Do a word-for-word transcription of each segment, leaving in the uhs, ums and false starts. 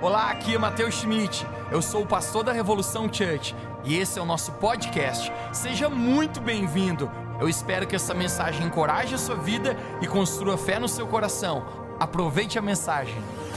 Olá, aqui é Matheus Schmidt, eu sou o pastor da Revolução Church e esse é o nosso podcast. Seja muito bem-vindo, eu espero que essa mensagem encoraje a sua vida e construa fé no seu coração. Aproveite a mensagem.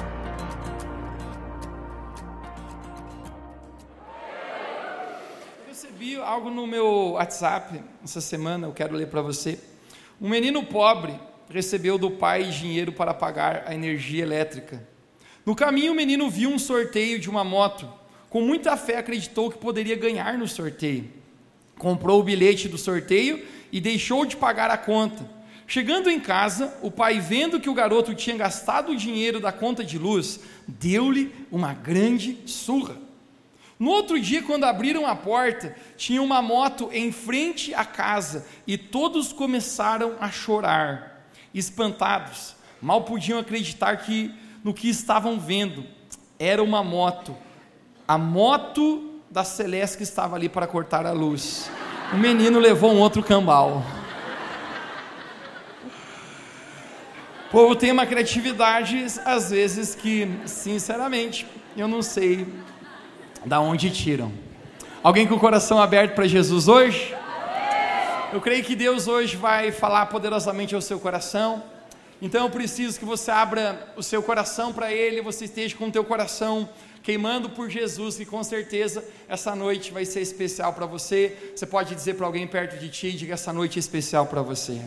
Eu recebi algo no meu WhatsApp essa semana, eu quero ler para você. Um menino pobre recebeu do pai dinheiro para pagar a energia elétrica. No caminho, o menino viu um sorteio de uma moto. Com muita fé, acreditou que poderia ganhar no sorteio. Comprou o bilhete do sorteio e deixou de pagar a conta. Chegando em casa, o pai, vendo que o garoto tinha gastado o dinheiro da conta de luz, deu-lhe uma grande surra. No outro dia, quando abriram a porta, tinha uma moto em frente à casa e todos começaram a chorar, espantados. Mal podiam acreditar que no que estavam vendo. Era uma moto, a moto da Celeste que estava ali para cortar a luz. O menino levou um outro cambal. O povo tem uma criatividade, às vezes, que, sinceramente, eu não sei da onde tiram. Alguém com o coração aberto para Jesus hoje? Eu creio que Deus hoje vai falar poderosamente ao seu coração. Então eu preciso que você abra o seu coração para Ele, você esteja com o teu coração queimando por Jesus, que com certeza essa noite vai ser especial para você. Você pode dizer para alguém perto de ti, diga: essa noite é especial para você.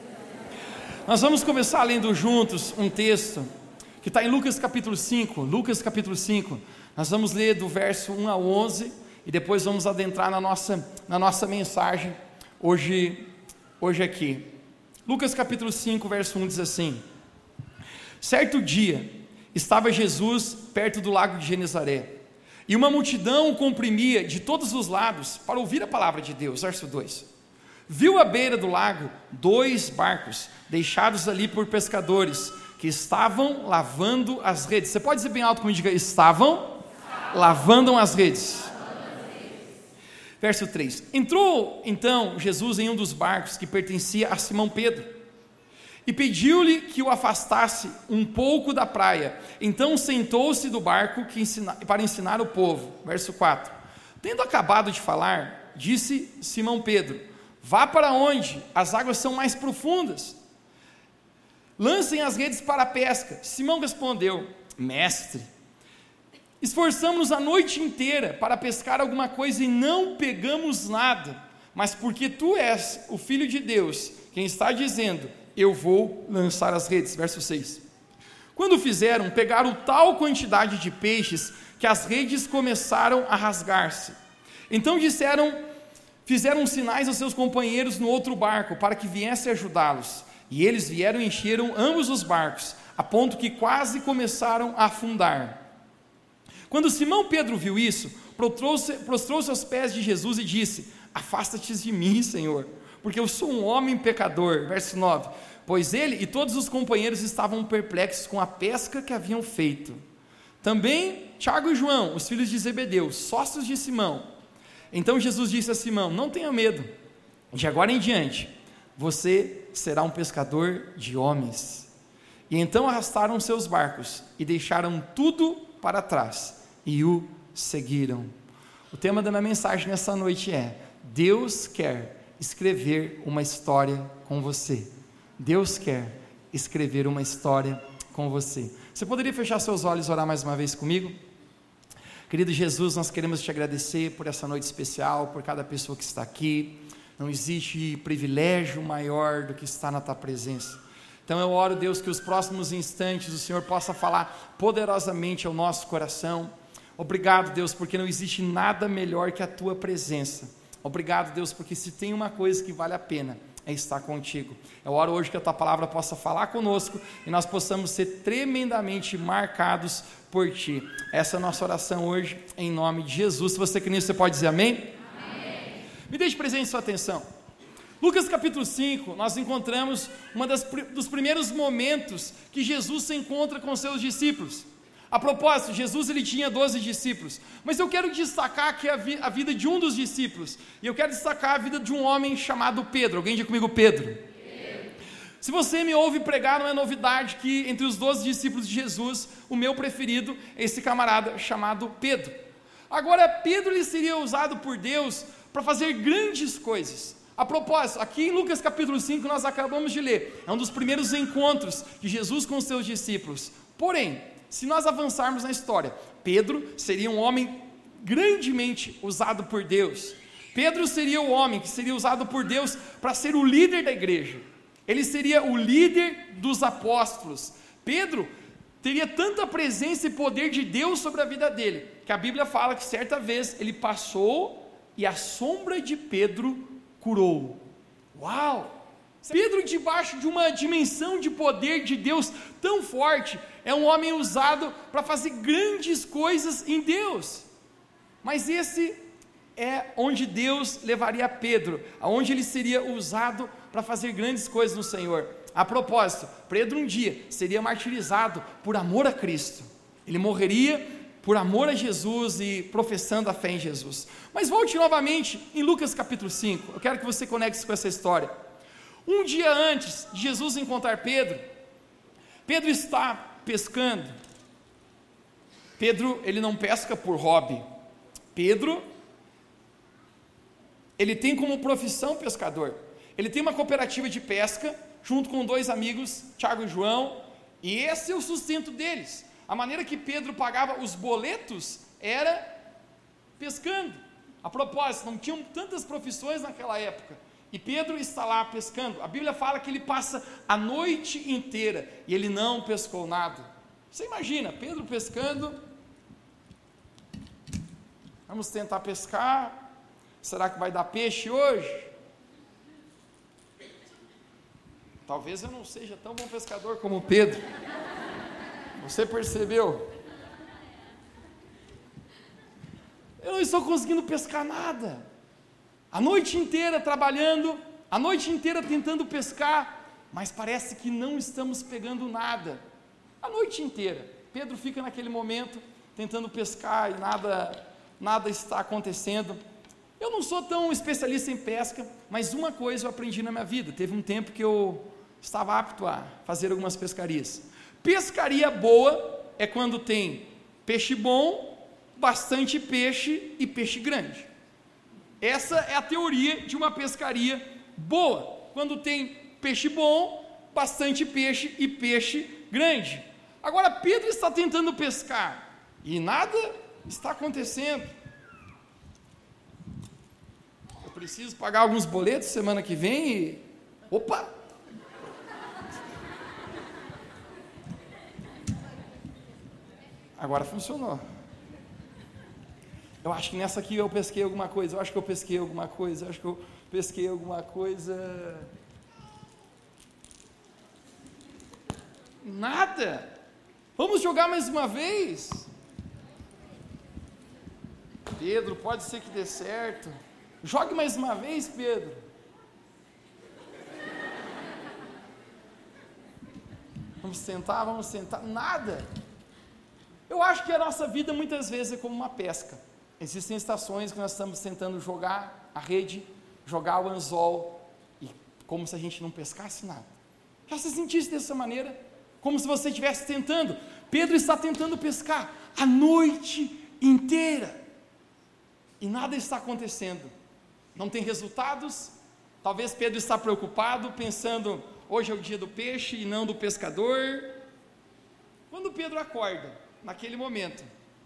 Nós vamos começar lendo juntos um texto que está em Lucas capítulo cinco, Lucas capítulo cinco, nós vamos ler do verso um a onze, e depois vamos adentrar na nossa, na nossa mensagem, hoje, hoje aqui. Lucas capítulo cinco, verso um diz assim: certo dia, estava Jesus perto do lago de Genezaré, e uma multidão o comprimia de todos os lados para ouvir a palavra de Deus. Verso dois, viu à beira do lago dois barcos, deixados ali por pescadores, que estavam lavando as redes. Você pode dizer bem alto comigo, diga: estavam lavando as redes. Verso três, entrou então Jesus em um dos barcos que pertencia a Simão Pedro, e pediu-lhe que o afastasse um pouco da praia. Então sentou-se do barco que ensina, para ensinar o povo. Verso quatro, tendo acabado de falar, disse Simão Pedro: vá para onde as águas são mais profundas, lancem as redes para a pesca. Simão respondeu: mestre, esforçamos-nos a noite inteira para pescar alguma coisa e não pegamos nada, mas porque tu és o Filho de Deus, quem está dizendo, eu vou lançar as redes. Verso seis, quando fizeram, pegaram tal quantidade de peixes, que as redes começaram a rasgar-se. Então disseram, fizeram sinais aos seus companheiros no outro barco, para que viessem ajudá-los, e eles vieram e encheram ambos os barcos, a ponto que quase começaram a afundar. Quando Simão Pedro viu isso, prostrou-se, prostrou-se aos pés de Jesus e disse: afasta-te de mim, Senhor, porque eu sou um homem pecador. Verso nove, pois ele e todos os companheiros estavam perplexos com a pesca que haviam feito. Também Tiago e João, os filhos de Zebedeu, sócios de Simão. Então Jesus disse a Simão: não tenha medo, de agora em diante você será um pescador de homens. E então arrastaram seus barcos e deixaram tudo para trás e o seguiram. O tema da minha mensagem nessa noite é: Deus quer escrever uma história com você. Deus quer escrever uma história com você. Você poderia fechar seus olhos e orar mais uma vez comigo? Querido Jesus, nós queremos te agradecer por essa noite especial, por cada pessoa que está aqui. Não existe privilégio maior do que estar na tua presença. Então eu oro, Deus, que os próximos instantes o Senhor possa falar poderosamente ao nosso coração. Obrigado, Deus, porque não existe nada melhor que a tua presença. Obrigado, Deus, porque se tem uma coisa que vale a pena, é estar contigo. Eu oro hoje que a tua palavra possa falar conosco e nós possamos ser tremendamente marcados por ti. Essa é a nossa oração hoje, em nome de Jesus. Se você crê nisso, você pode dizer amém? Amém. Me deixe presente sua atenção. Lucas capítulo cinco, nós encontramos um dos primeiros momentos que Jesus se encontra com seus discípulos. A propósito, Jesus ele tinha doze discípulos, mas eu quero destacar aqui a, vi, a vida de um dos discípulos, e eu quero destacar a vida de um homem chamado Pedro. Alguém diga comigo Pedro. Pedro. Se você me ouve pregar, não é novidade que entre os doze discípulos de Jesus, o meu preferido é esse camarada chamado Pedro. Agora, Pedro ele seria usado por Deus para fazer grandes coisas. A propósito, aqui em Lucas capítulo cinco nós acabamos de ler, é um dos primeiros encontros de Jesus com os seus discípulos. Porém, se nós avançarmos na história, Pedro seria um homem grandemente usado por Deus. Pedro seria o homem que seria usado por Deus para ser o líder da igreja. Ele seria o líder dos apóstolos. Pedro teria tanta presença e poder de Deus sobre a vida dele, que a Bíblia fala que certa vez ele passou e a sombra de Pedro curou. Uau! Pedro, debaixo de uma dimensão de poder de Deus tão forte, é um homem usado para fazer grandes coisas em Deus. Mas esse é onde Deus levaria Pedro, aonde ele seria usado para fazer grandes coisas no Senhor. A propósito, Pedro um dia seria martirizado por amor a Cristo. Ele morreria por amor a Jesus e professando a fé em Jesus. Mas volte novamente em Lucas capítulo cinco, eu quero que você conecte com essa história. Um dia antes de Jesus encontrar Pedro, Pedro está pescando. Pedro, ele não pesca por hobby. Pedro, ele tem como profissão pescador. Ele tem uma cooperativa de pesca, junto com dois amigos, Tiago e João, e esse é o sustento deles. A maneira que Pedro pagava os boletos era pescando. A propósito, não tinham tantas profissões naquela época, e Pedro está lá pescando. A Bíblia fala que ele passa a noite inteira, e ele não pescou nada. Você imagina, Pedro pescando, vamos tentar pescar, será que vai dar peixe hoje? Talvez eu não seja tão bom pescador como Pedro. Você percebeu? Eu não estou conseguindo pescar nada. A noite inteira trabalhando, a noite inteira tentando pescar, mas parece que não estamos pegando nada. A noite inteira. Pedro fica naquele momento tentando pescar e nada, nada está acontecendo. Eu não sou tão especialista em pesca, mas uma coisa eu aprendi na minha vida. Teve um tempo que eu estava apto a fazer algumas pescarias. Pescaria boa é quando tem peixe bom, bastante peixe e peixe grande. Essa é a teoria de uma pescaria boa, quando tem peixe bom, bastante peixe e peixe grande. Agora Pedro está tentando pescar e nada está acontecendo. Eu preciso pagar alguns boletos semana que vem e... Opa! Agora funcionou. Eu acho que nessa aqui eu pesquei alguma coisa, eu acho que eu pesquei alguma coisa, eu acho que eu pesquei alguma coisa. Nada. Vamos jogar mais uma vez? Pedro, pode ser que dê certo. Jogue mais uma vez, Pedro. Vamos tentar, vamos tentar. Nada. Eu acho que a nossa vida muitas vezes é como uma pesca. Existem estações que nós estamos tentando jogar a rede, jogar o anzol, e como se a gente não pescasse nada. Já se sentisse dessa maneira? Como se você estivesse tentando. Pedro está tentando pescar a noite inteira, e nada está acontecendo. Não tem resultados. Talvez Pedro está preocupado, pensando, hoje é o dia do peixe e não do pescador. Quando Pedro acorda, naquele momento,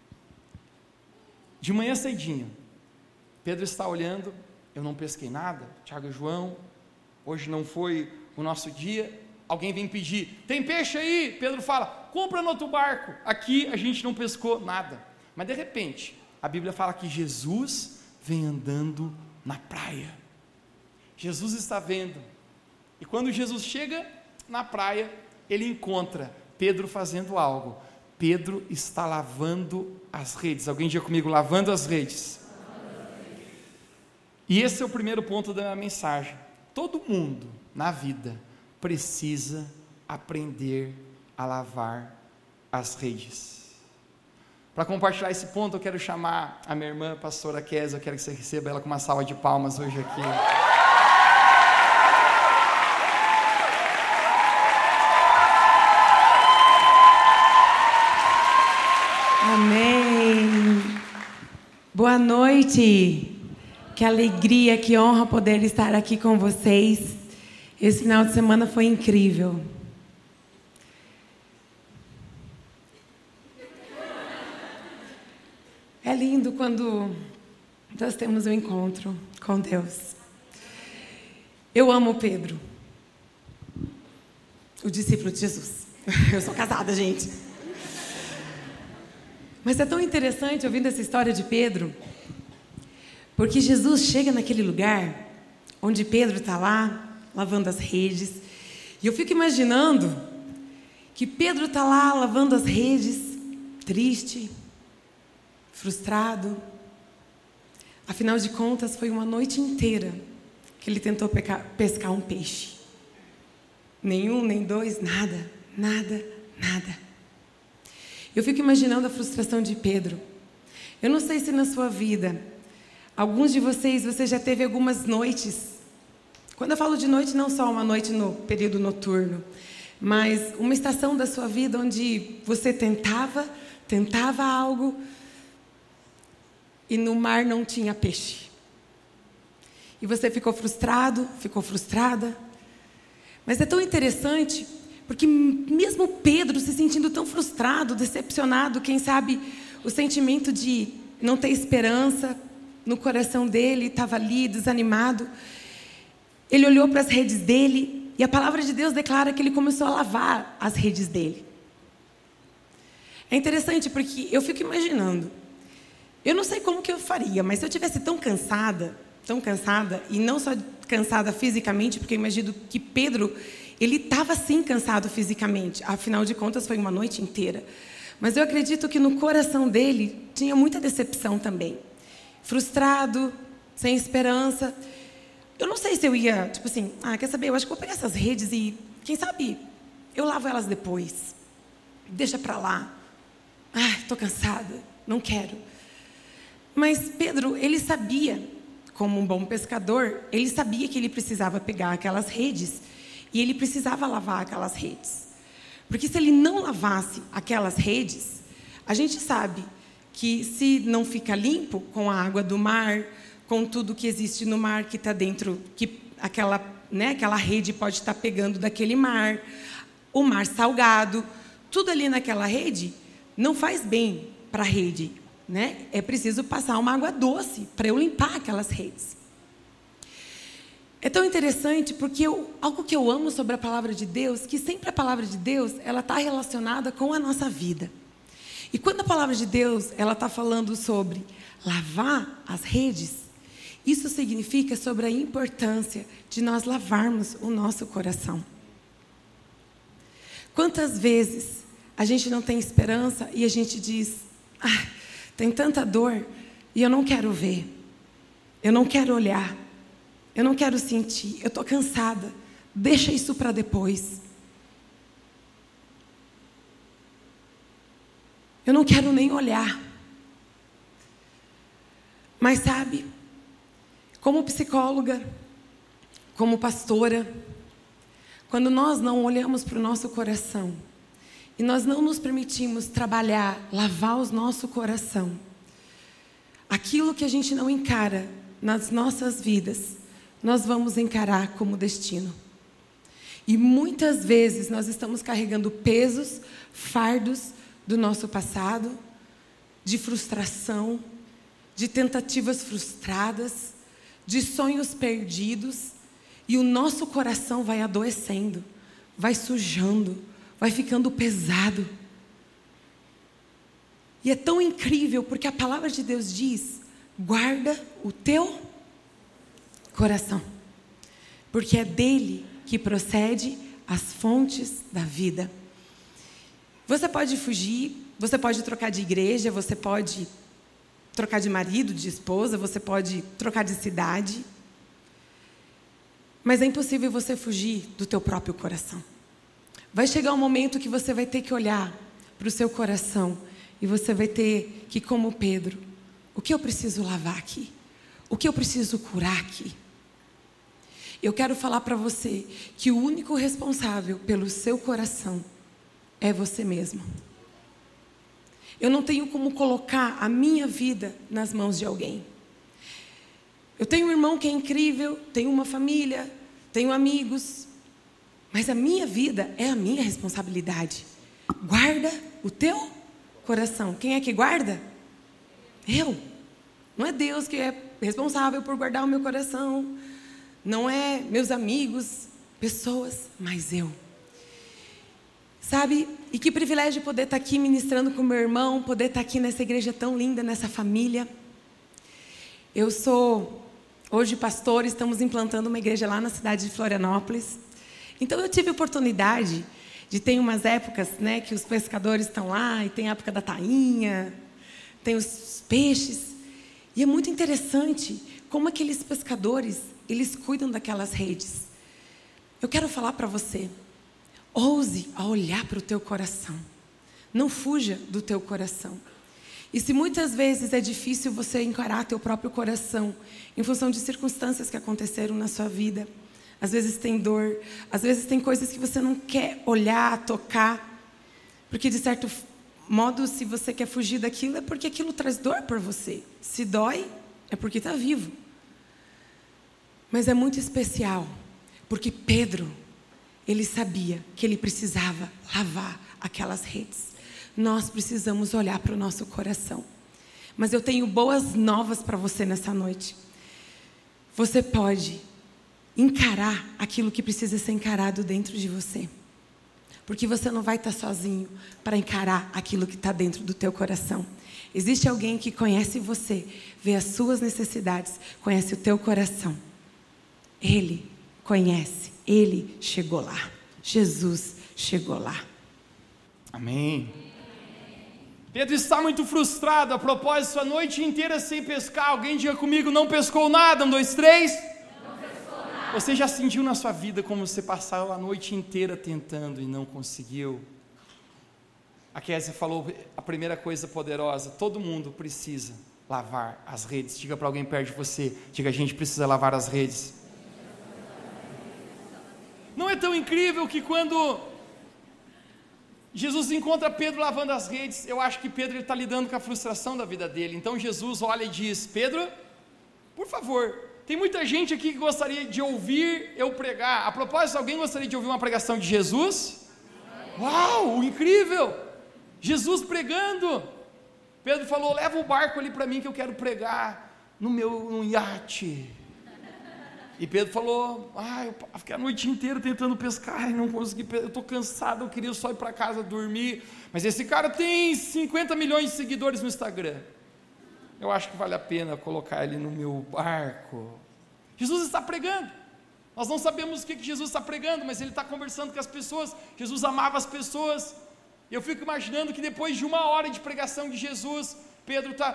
de manhã cedinho, Pedro está olhando, eu não pesquei nada, Tiago e João, hoje não foi o nosso dia, alguém vem pedir, tem peixe aí? Pedro fala, compra no outro barco, aqui a gente não pescou nada, mas de repente, a Bíblia fala que Jesus vem andando na praia, Jesus está vendo, e quando Jesus chega na praia, ele encontra Pedro fazendo algo. Pedro está lavando as redes. Alguém diga comigo, lavando as redes. E esse é o primeiro ponto da minha mensagem. Todo mundo na vida precisa aprender a lavar as redes. Para compartilhar esse ponto, eu quero chamar a minha irmã, a pastora Kézia. Eu quero que você receba ela com uma salva de palmas hoje aqui. Amém. Boa noite. Que alegria, que honra poder estar aqui com vocês. Esse final de semana foi incrível. É lindo quando nós temos um encontro com Deus. Eu amo Pedro, o discípulo de Jesus. Eu sou casada, gente. Mas é tão interessante ouvindo essa história de Pedro, porque Jesus chega naquele lugar onde Pedro está lá, lavando as redes, e eu fico imaginando que Pedro está lá lavando as redes, triste, frustrado. Afinal de contas, foi uma noite inteira que ele tentou pecar, pescar um peixe. Nenhum, nem dois, nada, nada, nada. Eu fico imaginando a frustração de Pedro. Eu não sei se na sua vida, alguns de vocês, você já teve algumas noites. Quando eu falo de noite, não só uma noite no período noturno, mas uma estação da sua vida onde você tentava, tentava algo e no mar não tinha peixe. E você ficou frustrado, ficou frustrada. Mas é tão interessante, porque mesmo Pedro se sentindo tão frustrado, decepcionado, quem sabe o sentimento de não ter esperança no coração dele, estava ali desanimado. Ele olhou para as redes dele e a palavra de Deus declara que ele começou a lavar as redes dele. É interessante porque eu fico imaginando, eu não sei como que eu faria, mas se eu estivesse tão cansada, tão cansada, e não só cansada fisicamente, porque eu imagino que Pedro, ele estava sim cansado fisicamente, afinal de contas foi uma noite inteira. Mas eu acredito que no coração dele tinha muita decepção também. Frustrado, sem esperança. Eu não sei se eu ia, tipo assim, ah, quer saber, eu acho que vou pegar essas redes e, quem sabe, eu lavo elas depois. Deixa pra lá. Ah, estou cansada, não quero. Mas Pedro, ele sabia, como um bom pescador, ele sabia que ele precisava pegar aquelas redes e ele precisava lavar aquelas redes. Porque se ele não lavasse aquelas redes, a gente sabe que se não fica limpo com a água do mar, com tudo que existe no mar que está dentro, que aquela, né, aquela rede pode estar pegando daquele mar, o mar salgado, tudo ali naquela rede não faz bem para a rede, né? É preciso passar uma água doce para eu limpar aquelas redes. É tão interessante porque eu, algo que eu amo sobre a palavra de Deus, que sempre a palavra de Deus, ela está relacionada com a nossa vida. E quando a palavra de Deus, ela está falando sobre lavar as redes, isso significa sobre a importância de nós lavarmos o nosso coração. Quantas vezes a gente não tem esperança e a gente diz, ah, tem tanta dor e eu não quero ver, eu não quero olhar, eu não quero sentir, eu estou cansada, deixa isso para depois. Eu não quero nem olhar. Mas sabe, como psicóloga, como pastora, quando nós não olhamos para o nosso coração e nós não nos permitimos trabalhar, lavar o nosso coração, aquilo que a gente não encara nas nossas vidas, nós vamos encarar como destino. E muitas vezes nós estamos carregando pesos, fardos do nosso passado, de frustração, de tentativas frustradas, de sonhos perdidos, e o nosso coração vai adoecendo, vai sujando, vai ficando pesado. E é tão incrível, porque a palavra de Deus diz, guarda o teu coração, porque é dele que procede as fontes da vida. Você pode fugir, você pode trocar de igreja, você pode trocar de marido, de esposa, você pode trocar de cidade, mas é impossível você fugir do teu próprio coração. Vai chegar um momento que você vai ter que olhar para o seu coração e você vai ter que, como Pedro, o que eu preciso lavar aqui? O que eu preciso curar aqui? Eu quero falar para você que o único responsável pelo seu coração é você mesmo. Eu não tenho como colocar a minha vida nas mãos de alguém. Eu tenho um irmão que é incrível, tenho uma família, tenho amigos, mas a minha vida é a minha responsabilidade. Guarda o teu coração. Quem é que guarda? Eu. Não é Deus que é responsável por guardar o meu coração. Não é meus amigos, pessoas, mas eu. Sabe? E que privilégio poder estar aqui ministrando com meu irmão, poder estar aqui nessa igreja tão linda, nessa família. Eu sou hoje pastor, estamos implantando uma igreja lá na cidade de Florianópolis. Então eu tive a oportunidade de ter umas épocas, né, que os pescadores estão lá, e tem a época da tainha, tem os peixes. E é muito interessante como aqueles pescadores, eles cuidam daquelas redes. Eu quero falar para você, ouse a olhar para o teu coração. Não fuja do teu coração. E se muitas vezes é difícil você encarar teu próprio coração, em função de circunstâncias que aconteceram na sua vida, às vezes tem dor, às vezes tem coisas que você não quer olhar, tocar, porque de certo modo, se você quer fugir daquilo, é porque aquilo traz dor para você. Se dói, é porque está vivo. Mas é muito especial, porque Pedro, ele sabia que ele precisava lavar aquelas redes. Nós precisamos olhar para o nosso coração. Mas eu tenho boas novas para você nessa noite. Você pode encarar aquilo que precisa ser encarado dentro de você. Porque você não vai estar sozinho para encarar aquilo que está dentro do teu coração. Existe alguém que conhece você, vê as suas necessidades, conhece o teu coração. Ele conhece, ele chegou lá. Jesus chegou lá. Amém. Pedro está muito frustrado. A propósito, a noite inteira sem pescar. Alguém diga comigo, não pescou nada. Um, dois, três. Não pescou nada. Você já sentiu na sua vida como você passou a noite inteira tentando e não conseguiu? A Kézia falou a primeira coisa poderosa. Todo mundo precisa lavar as redes. Diga para alguém perto de você. Diga, a gente precisa lavar as redes. Não é tão incrível que quando Jesus encontra Pedro lavando as redes, eu acho que Pedro está lidando com a frustração da vida dele. Então Jesus olha e diz, Pedro, por favor, tem muita gente aqui que gostaria de ouvir eu pregar. A propósito, alguém gostaria de ouvir uma pregação de Jesus? Uau, incrível! Jesus pregando. Pedro falou, leva o barco ali para mim que eu quero pregar no meu no iate. E Pedro falou, ah, eu fiquei a noite inteira tentando pescar e não consegui, eu estou cansado, eu queria só ir para casa dormir, mas esse cara tem cinquenta milhões de seguidores no Instagram, eu acho que vale a pena colocar ele no meu barco. Jesus está pregando, nós não sabemos o que Jesus está pregando, mas ele está conversando com as pessoas. Jesus amava as pessoas. Eu fico imaginando que depois de uma hora de pregação de Jesus, Pedro está,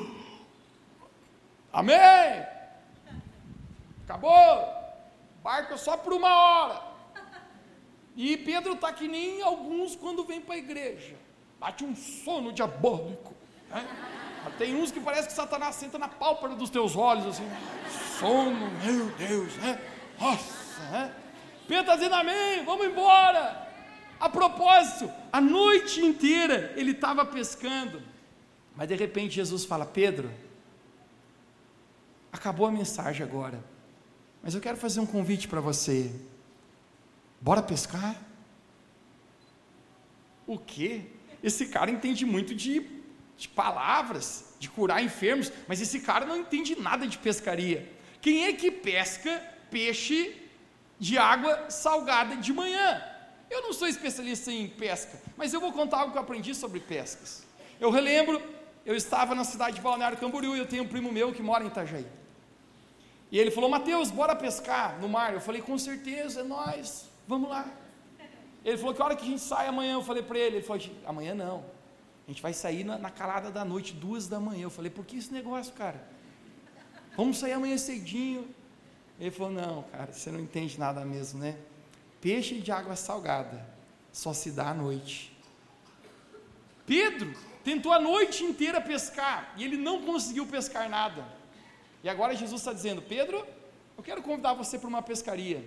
amém, acabou, barco é só por uma hora. E Pedro está que nem alguns quando vem para a igreja, bate um sono diabólico, né? Tem uns que parece que Satanás senta na pálpebra dos teus olhos, assim, sono, meu Deus, né? Nossa, né? Pedro está dizendo amém, vamos embora. A propósito, a noite inteira ele estava pescando, mas de repente Jesus fala, Pedro, acabou a mensagem agora, mas eu quero fazer um convite para você, bora pescar? O quê? Esse cara entende muito de, de palavras, de curar enfermos, mas esse cara não entende nada de pescaria. Quem é que pesca peixe de água salgada de manhã? Eu não sou especialista em pesca, mas eu vou contar algo que eu aprendi sobre pescas. Eu relembro, eu estava na cidade de Balneário Camboriú e eu tenho um primo meu que mora em Itajaí. E ele falou, Mateus, bora pescar no mar? Eu falei, com certeza, é nóis, vamos lá. Ele falou, que hora que a gente sai amanhã? Eu falei para ele, ele falou, amanhã não, a gente vai sair na, na calada da noite, duas da manhã. Eu falei, por que esse negócio, cara? Vamos sair amanhã cedinho. Ele falou, não, cara, você não entende nada mesmo, né? Peixe de água salgada só se dá à noite. Pedro tentou a noite inteira pescar e ele não conseguiu pescar nada. E agora Jesus está dizendo, Pedro, eu quero convidar você para uma pescaria.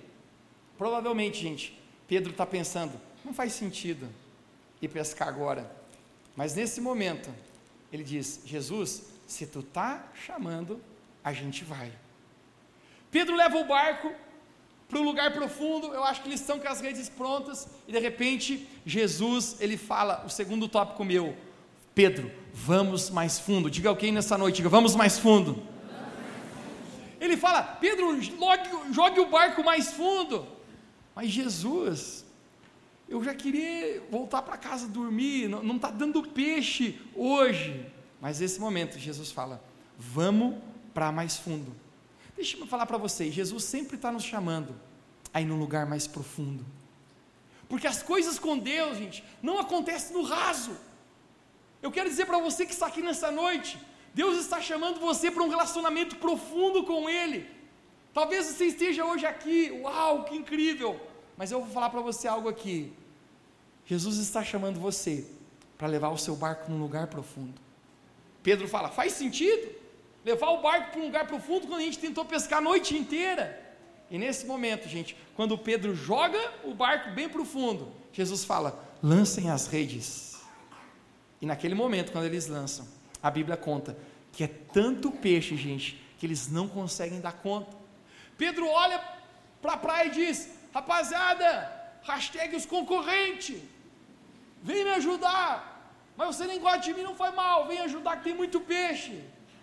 Provavelmente, gente, Pedro está pensando, não faz sentido ir pescar agora. Mas nesse momento, ele diz: Jesus, se tu está chamando, a gente vai. Pedro leva o barco para um lugar profundo, eu acho que eles estão com as redes prontas, e de repente, Jesus, ele fala, o segundo tópico meu: Pedro, vamos mais fundo. Diga alguém nessa noite, diga, vamos mais fundo. Ele fala: Pedro, jogue, jogue o barco mais fundo. Mas Jesus, eu já queria voltar para casa dormir, não está dando peixe hoje. Mas nesse momento, Jesus fala: vamos para mais fundo. Deixa eu falar para vocês, Jesus sempre está nos chamando a ir num lugar mais profundo, porque as coisas com Deus, gente, não acontecem no raso. Eu quero dizer para você que está aqui nessa noite, Deus está chamando você para um relacionamento profundo com Ele. Talvez você esteja hoje aqui, uau, que incrível, mas eu vou falar para você algo aqui, Jesus está chamando você para levar o seu barco num lugar profundo. Pedro fala: faz sentido levar o barco para um lugar profundo quando a gente tentou pescar a noite inteira? E nesse momento, gente, quando Pedro joga o barco bem profundo, Jesus fala: lancem as redes. E naquele momento, quando eles lançam, a Bíblia conta que é tanto peixe, gente, que eles não conseguem dar conta. Pedro olha para a praia e diz: rapaziada, hashtag os concorrentes, vem me ajudar, mas você nem gosta de mim, não foi mal, vem ajudar que tem muito peixe.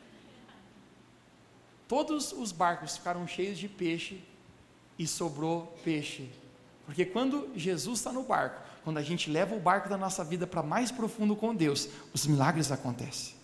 Todos os barcos ficaram cheios de peixe e sobrou peixe, porque quando Jesus está no barco, quando a gente leva o barco da nossa vida para mais profundo com Deus, os milagres acontecem.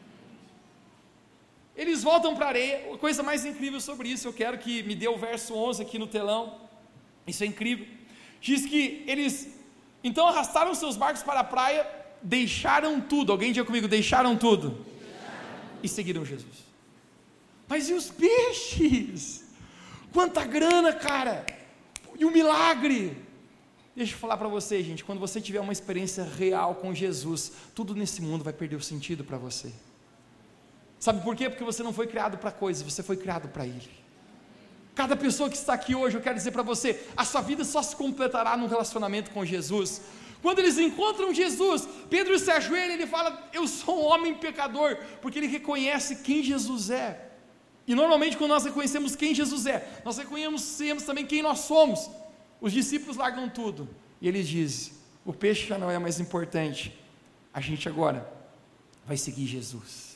Eles voltam para a areia. A coisa mais incrível sobre isso, eu quero que me dê o verso onze aqui no telão, isso é incrível. Diz que eles então arrastaram seus barcos para a praia, deixaram tudo, alguém diga comigo, deixaram tudo, deixaram. E seguiram Jesus. Mas e os peixes? Quanta grana, cara! E o milagre! Deixa eu falar para você, gente, quando você tiver uma experiência real com Jesus, tudo nesse mundo vai perder o sentido para você. Sabe por quê? Porque você não foi criado para coisas, você foi criado para Ele. Cada pessoa que está aqui hoje, eu quero dizer para você, a sua vida só se completará num relacionamento com Jesus. Quando eles encontram Jesus, Pedro se ajoelha e ele fala: eu sou um homem pecador, porque ele reconhece quem Jesus é. E normalmente quando nós reconhecemos quem Jesus é, nós reconhecemos também quem nós somos. Os discípulos largam tudo, e eles dizem: o peixe já não é mais importante, a gente agora vai seguir Jesus.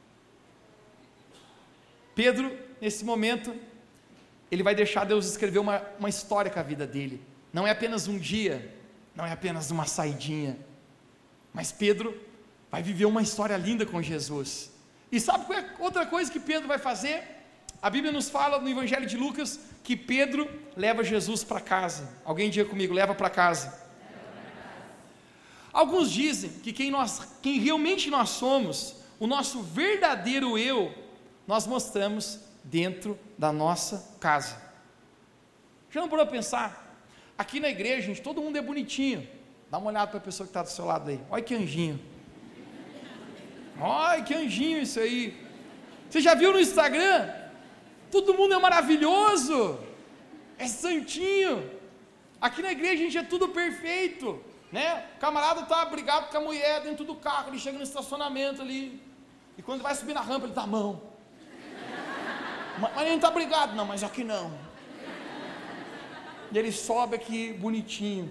Pedro, nesse momento, ele vai deixar Deus escrever uma, uma história com a vida dele. Não é apenas um dia, não é apenas uma saidinha, mas Pedro vai viver uma história linda com Jesus. E sabe qual é outra coisa que Pedro vai fazer? A Bíblia nos fala no Evangelho de Lucas que Pedro leva Jesus para casa. Alguém diga comigo, leva para casa. Alguns dizem que quem, nós, quem realmente nós somos, o nosso verdadeiro eu, nós mostramos dentro da nossa casa. Já não parou a pensar? Aqui na igreja, gente, todo mundo é bonitinho. Dá uma olhada para a pessoa que está do seu lado aí. Olha que anjinho. Olha que anjinho isso aí. Você já viu no Instagram? Todo mundo é maravilhoso, é santinho. Aqui na igreja a gente é tudo perfeito, né? O camarada está brigado com a mulher dentro do carro, ele chega no estacionamento ali, e quando vai subir na rampa ele dá a mão. Mas ele não está brigado, não, mas aqui não. E ele sobe aqui bonitinho.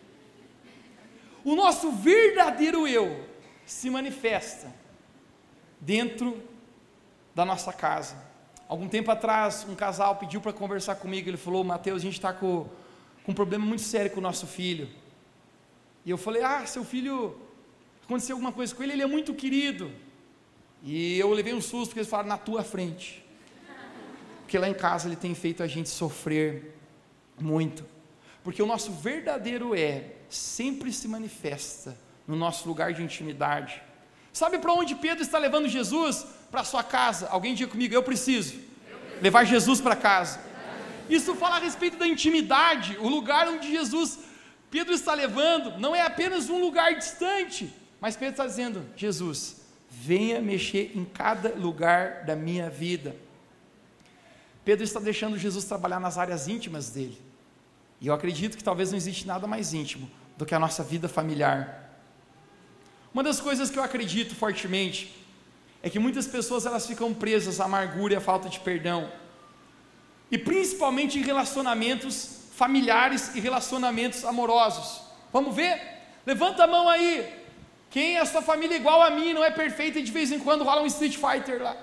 O nosso verdadeiro eu se manifesta dentro da nossa casa. Algum tempo atrás, um casal pediu para conversar comigo. Ele falou: Mateus, a gente está com, com um problema muito sério com o nosso filho. E eu falei: ah, seu filho, aconteceu alguma coisa com ele, ele é muito querido. E eu levei um susto, porque eles falaram: na tua frente. Porque lá em casa ele tem feito a gente sofrer muito. Porque o nosso verdadeiro é sempre se manifesta no nosso lugar de intimidade. Sabe para onde Pedro está levando Jesus? Para a sua casa. Alguém diga comigo: eu preciso levar Jesus para casa. Isso fala a respeito da intimidade. O lugar onde Jesus, Pedro está levando, não é apenas um lugar distante, mas Pedro está dizendo: Jesus, venha mexer em cada lugar da minha vida. Pedro está deixando Jesus trabalhar nas áreas íntimas dele. E eu acredito que talvez não existe nada mais íntimo do que a nossa vida familiar. Uma das coisas que eu acredito fortemente é que muitas pessoas elas ficam presas à amargura e à falta de perdão, e principalmente em relacionamentos familiares e relacionamentos amorosos. Vamos ver? Levanta a mão aí. Quem é a sua família igual a mim, não é perfeita e de vez em quando rola um Street Fighter lá?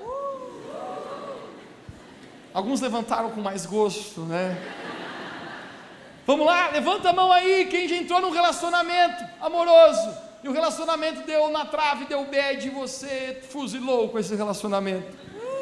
Alguns levantaram com mais gosto, né? Vamos lá, levanta a mão aí, quem já entrou num relacionamento amoroso, e o relacionamento deu na trave, deu bad, e você fuzilou com esse relacionamento.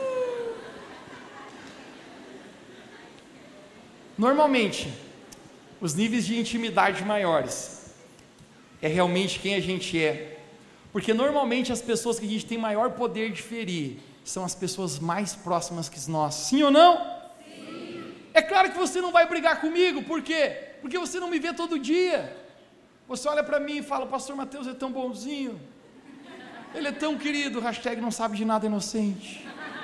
Normalmente, os níveis de intimidade maiores é realmente quem a gente é, porque normalmente as pessoas que a gente tem maior poder de ferir são as pessoas mais próximas que nós. Sim ou não? Sim. É claro que você não vai brigar comigo, por quê? Porque você não me vê todo dia. Você olha para mim e fala, pastor Mateus é tão bonzinho, ele é tão querido, hashtag não sabe de nada inocente.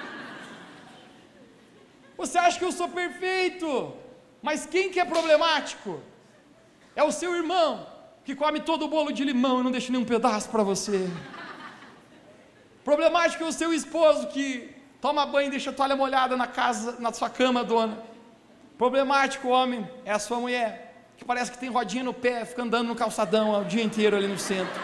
Você acha que eu sou perfeito, mas quem que é problemático? É o seu irmão, que come todo o bolo de limão e não deixa nenhum pedaço para você. Problemático é o seu esposo, que toma banho e deixa a toalha molhada na casa, na sua cama, dona. Problemático, homem, é a sua mulher, que parece que tem rodinha no pé, fica andando no calçadão o dia inteiro ali no centro.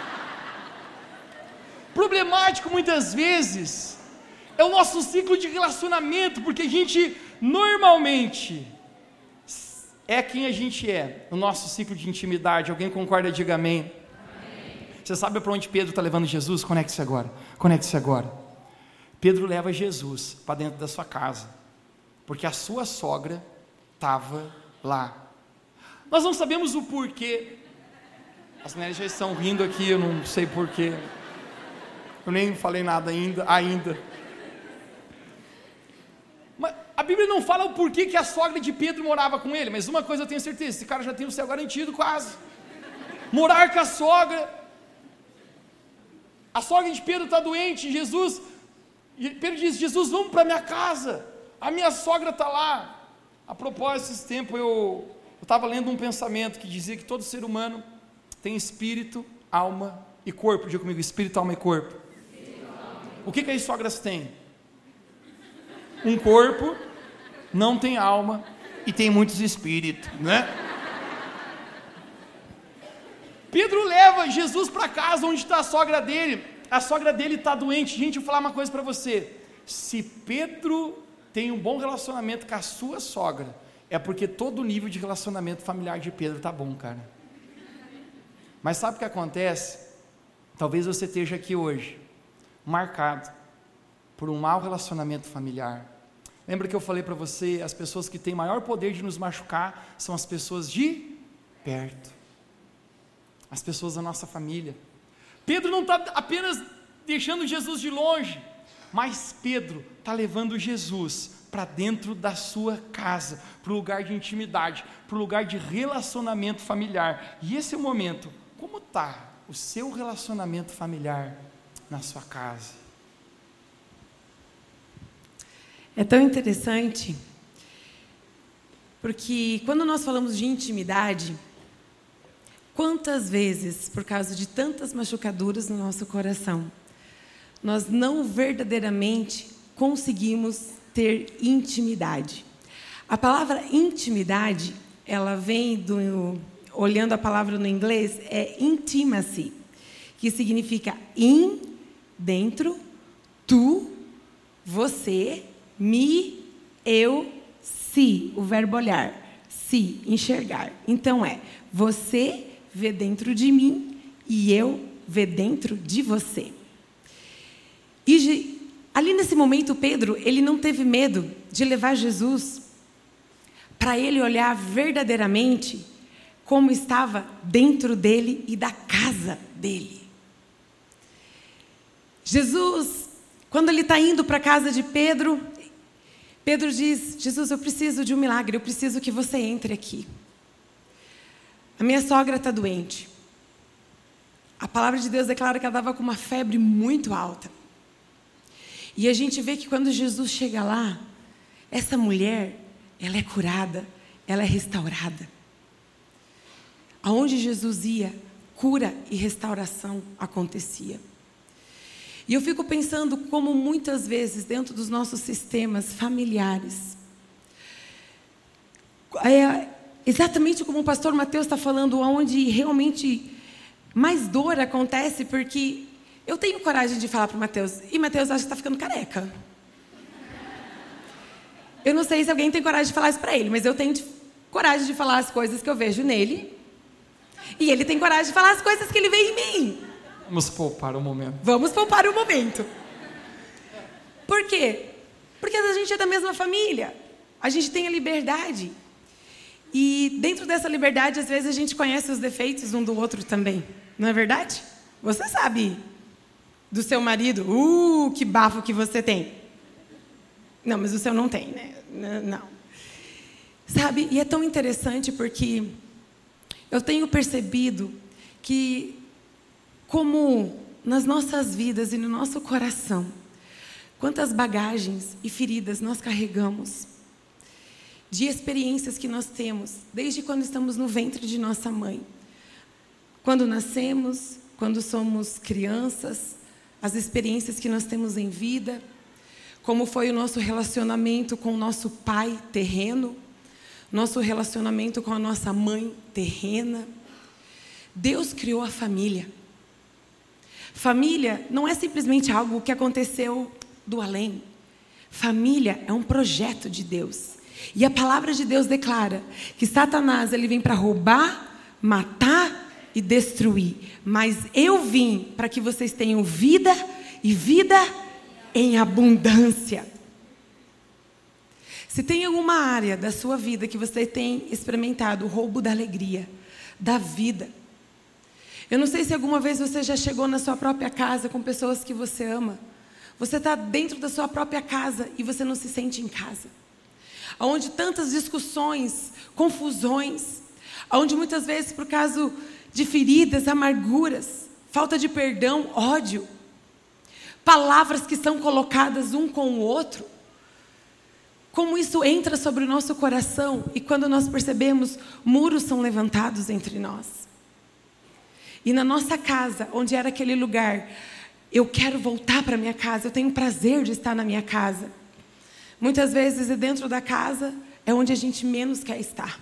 Problemático, muitas vezes, é o nosso ciclo de relacionamento, porque a gente, normalmente, é quem a gente é, o nosso ciclo de intimidade. Alguém concorda? Diga amém. Você sabe para onde Pedro está levando Jesus? Conecte-se agora, conecte-se agora. Pedro leva Jesus para dentro da sua casa, porque a sua sogra estava lá. Nós não sabemos o porquê. As mulheres já estão rindo aqui, eu não sei porquê. Eu nem falei nada ainda, ainda. Mas a Bíblia não fala o porquê que a sogra de Pedro morava com ele, mas uma coisa eu tenho certeza, esse cara já tem o céu garantido quase. Morar com a sogra. A sogra de Pedro está doente, Jesus, Pedro diz, Jesus, vamos para minha casa, a minha sogra está lá. A propósito, esse tempo eu estava lendo um pensamento que dizia que todo ser humano tem espírito, alma e corpo. Diga comigo, espírito, alma e corpo. O que que as sogras têm? Um corpo, não tem alma e tem muitos espíritos, né? Pedro leva Jesus para casa onde está a sogra dele. A sogra dele está doente. Gente, eu vou falar uma coisa para você. Se Pedro tem um bom relacionamento com a sua sogra, é porque todo o nível de relacionamento familiar de Pedro está bom, cara. Mas sabe o que acontece? Talvez você esteja aqui hoje, marcado por um mau relacionamento familiar. Lembra que eu falei para você, as pessoas que têm maior poder de nos machucar são as pessoas de perto, as pessoas da nossa família. Pedro não está apenas deixando Jesus de longe, mas Pedro está levando Jesus para dentro da sua casa, para o lugar de intimidade, para o lugar de relacionamento familiar. E esse é o momento. Como está o seu relacionamento familiar na sua casa? É tão interessante, porque quando nós falamos de intimidade, quantas vezes, por causa de tantas machucaduras no nosso coração, nós não verdadeiramente conseguimos ter intimidade. A palavra intimidade, ela vem do, olhando a palavra no inglês, é intimacy, que significa in, dentro, tu, você, me, eu, si, o verbo olhar, si, enxergar. Então é, você vê dentro de mim e eu vê dentro de você. E de, ali nesse momento, Pedro, ele não teve medo de levar Jesus para ele olhar verdadeiramente como estava dentro dele e da casa dele. Jesus, quando ele está indo para a casa de Pedro, Pedro diz, Jesus, eu preciso de um milagre, eu preciso que você entre aqui. A minha sogra está doente. A palavra de Deus declara que ela estava com uma febre muito alta. E a gente vê que quando Jesus chega lá, essa mulher, ela é curada, ela é restaurada. Aonde Jesus ia, cura e restauração acontecia. E eu fico pensando como muitas vezes dentro dos nossos sistemas familiares, é exatamente como o pastor Mateus está falando, onde realmente mais dor acontece, porque eu tenho coragem de falar para o Mateus, e Mateus acha que está ficando careca. Eu não sei se alguém tem coragem de falar isso para ele, mas eu tenho de, coragem de falar as coisas que eu vejo nele, e ele tem coragem de falar as coisas que ele vê em mim. Vamos poupar o momento. Vamos poupar o momento. Por quê? Porque a gente é da mesma família. A gente tem a liberdade. E dentro dessa liberdade, às vezes, a gente conhece os defeitos um do outro também. Não é verdade? Você sabe do seu marido, uh, que bafo que você tem. Não, mas o seu não tem, né? Não. Sabe? E é tão interessante porque eu tenho percebido que como nas nossas vidas e no nosso coração, quantas bagagens e feridas nós carregamos, de experiências que nós temos, desde quando estamos no ventre de nossa mãe. Quando nascemos, quando somos crianças, as experiências que nós temos em vida, como foi o nosso relacionamento com o nosso pai terreno, nosso relacionamento com a nossa mãe terrena. Deus criou a família. Família não é simplesmente algo que aconteceu do além. Família é um projeto de Deus. E a palavra de Deus declara que Satanás ele vem para roubar, matar e destruir. Mas eu vim para que vocês tenham vida e vida em abundância. Se tem alguma área da sua vida que você tem experimentado o roubo da alegria, da vida, eu não sei se alguma vez você já chegou na sua própria casa com pessoas que você ama. Você está dentro da sua própria casa e você não se sente em casa. Onde tantas discussões, confusões, onde muitas vezes por causa de feridas, amarguras, falta de perdão, ódio, palavras que são colocadas um com o outro, como isso entra sobre o nosso coração e quando nós percebemos, muros são levantados entre nós. E na nossa casa, onde era aquele lugar, eu quero voltar para a minha casa, eu tenho prazer de estar na minha casa. Muitas vezes, dentro da casa, é onde a gente menos quer estar.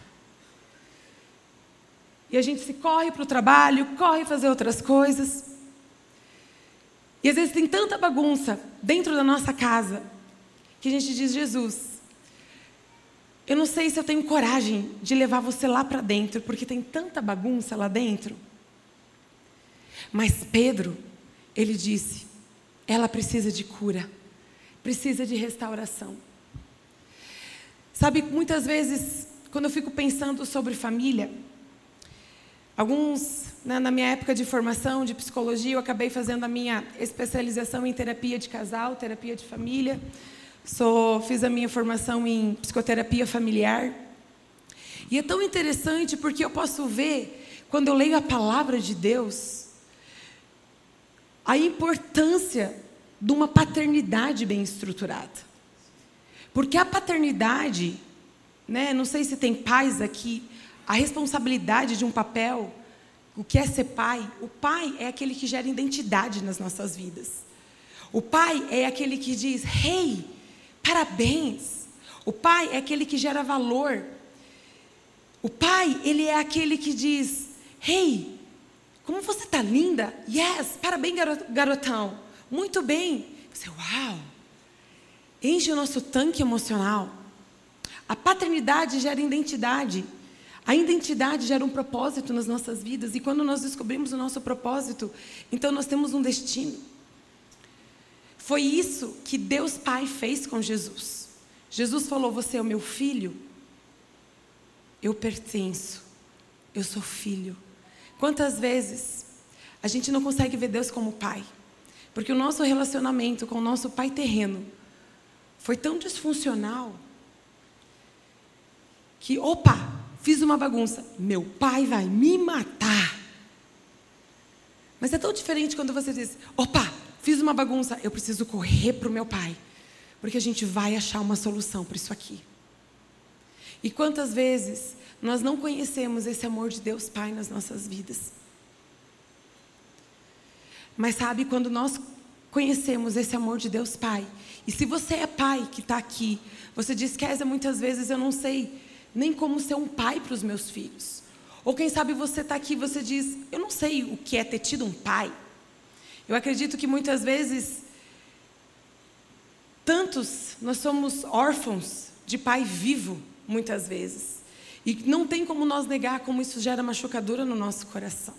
E a gente se corre para o trabalho, corre fazer outras coisas. E às vezes tem tanta bagunça dentro da nossa casa, que a gente diz, Jesus, eu não sei se eu tenho coragem de levar você lá para dentro, porque tem tanta bagunça lá dentro. Mas Pedro, ele disse, ela precisa de cura, precisa de restauração. Sabe, muitas vezes, quando eu fico pensando sobre família, alguns, né, na minha época de formação de psicologia, eu acabei fazendo a minha especialização em terapia de casal, terapia de família. Sou, fiz a minha formação em psicoterapia familiar. E é tão interessante porque eu posso ver, quando eu leio a palavra de Deus, a importância de uma paternidade bem estruturada. Porque a paternidade, né, não sei se tem pais aqui, a responsabilidade de um papel, o que é ser pai? O pai é aquele que gera identidade nas nossas vidas. O pai é aquele que diz, hey, parabéns. O pai é aquele que gera valor. O pai, ele é aquele que diz, hey, como você está linda? Yes, parabéns, garotão. Muito bem. Você, uau. Enche o nosso tanque emocional. A paternidade gera identidade. A identidade gera um propósito nas nossas vidas. E quando nós descobrimos o nosso propósito, então nós temos um destino. Foi isso que Deus Pai fez com Jesus. Jesus falou, você é o meu filho. Eu pertenço. Eu sou filho. Quantas vezes a gente não consegue ver Deus como pai? Porque o nosso relacionamento com o nosso pai terreno foi tão disfuncional que, opa, fiz uma bagunça. Meu pai vai me matar. Mas é tão diferente quando você diz, opa, fiz uma bagunça, eu preciso correr para o meu pai. Porque a gente vai achar uma solução para isso aqui. E quantas vezes nós não conhecemos esse amor de Deus Pai nas nossas vidas? Mas sabe, quando nós conhecemos esse amor de Deus Pai, e se você é pai que está aqui, você diz, Kézia, muitas vezes eu não sei nem como ser um pai para os meus filhos. Ou quem sabe você está aqui e você diz, eu não sei o que é ter tido um pai. Eu acredito que muitas vezes, tantos, nós somos órfãos de pai vivo, muitas vezes. E não tem como nós negar como isso gera machucadura no nosso coração.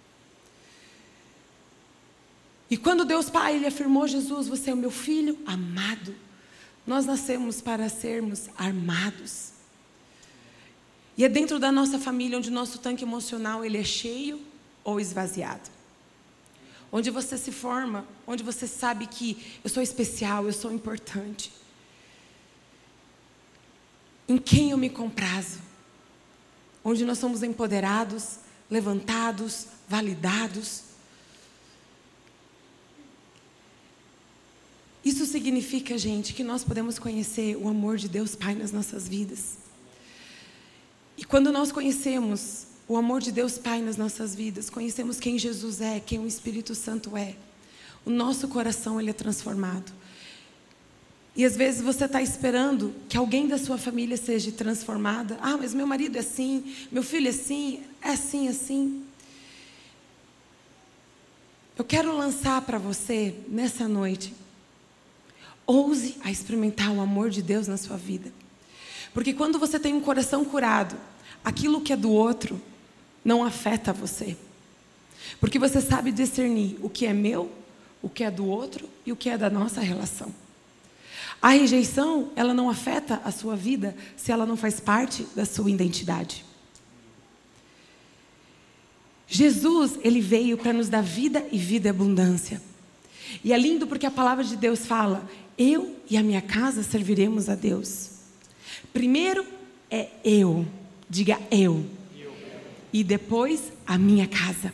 E quando Deus Pai, Ele afirmou, Jesus, você é o meu filho amado. Nós nascemos para sermos armados. E é dentro da nossa família onde o nosso tanque emocional ele é cheio ou esvaziado. Onde você se forma, onde você sabe que eu sou especial, eu sou importante. Em quem eu me comprazo. Onde nós somos empoderados, levantados, validados. Isso significa, gente, que nós podemos conhecer o amor de Deus Pai nas nossas vidas. E quando nós conhecemos o amor de Deus Pai nas nossas vidas, conhecemos quem Jesus é, quem o Espírito Santo é, o nosso coração ele é transformado. E às vezes você está esperando que alguém da sua família seja transformada. Ah, mas meu marido é assim, meu filho é assim, é assim, assim. Eu quero lançar para você, nessa noite, ouse a experimentar o amor de Deus na sua vida. Porque quando você tem um coração curado, aquilo que é do outro não afeta você. Porque você sabe discernir o que é meu, o que é do outro e o que é da nossa relação. A rejeição, ela não afeta a sua vida se ela não faz parte da sua identidade. Jesus, ele veio para nos dar vida e vida e abundância. E é lindo porque a palavra de Deus fala, eu e a minha casa serviremos a Deus. Primeiro é eu, diga eu. eu. E depois a minha casa.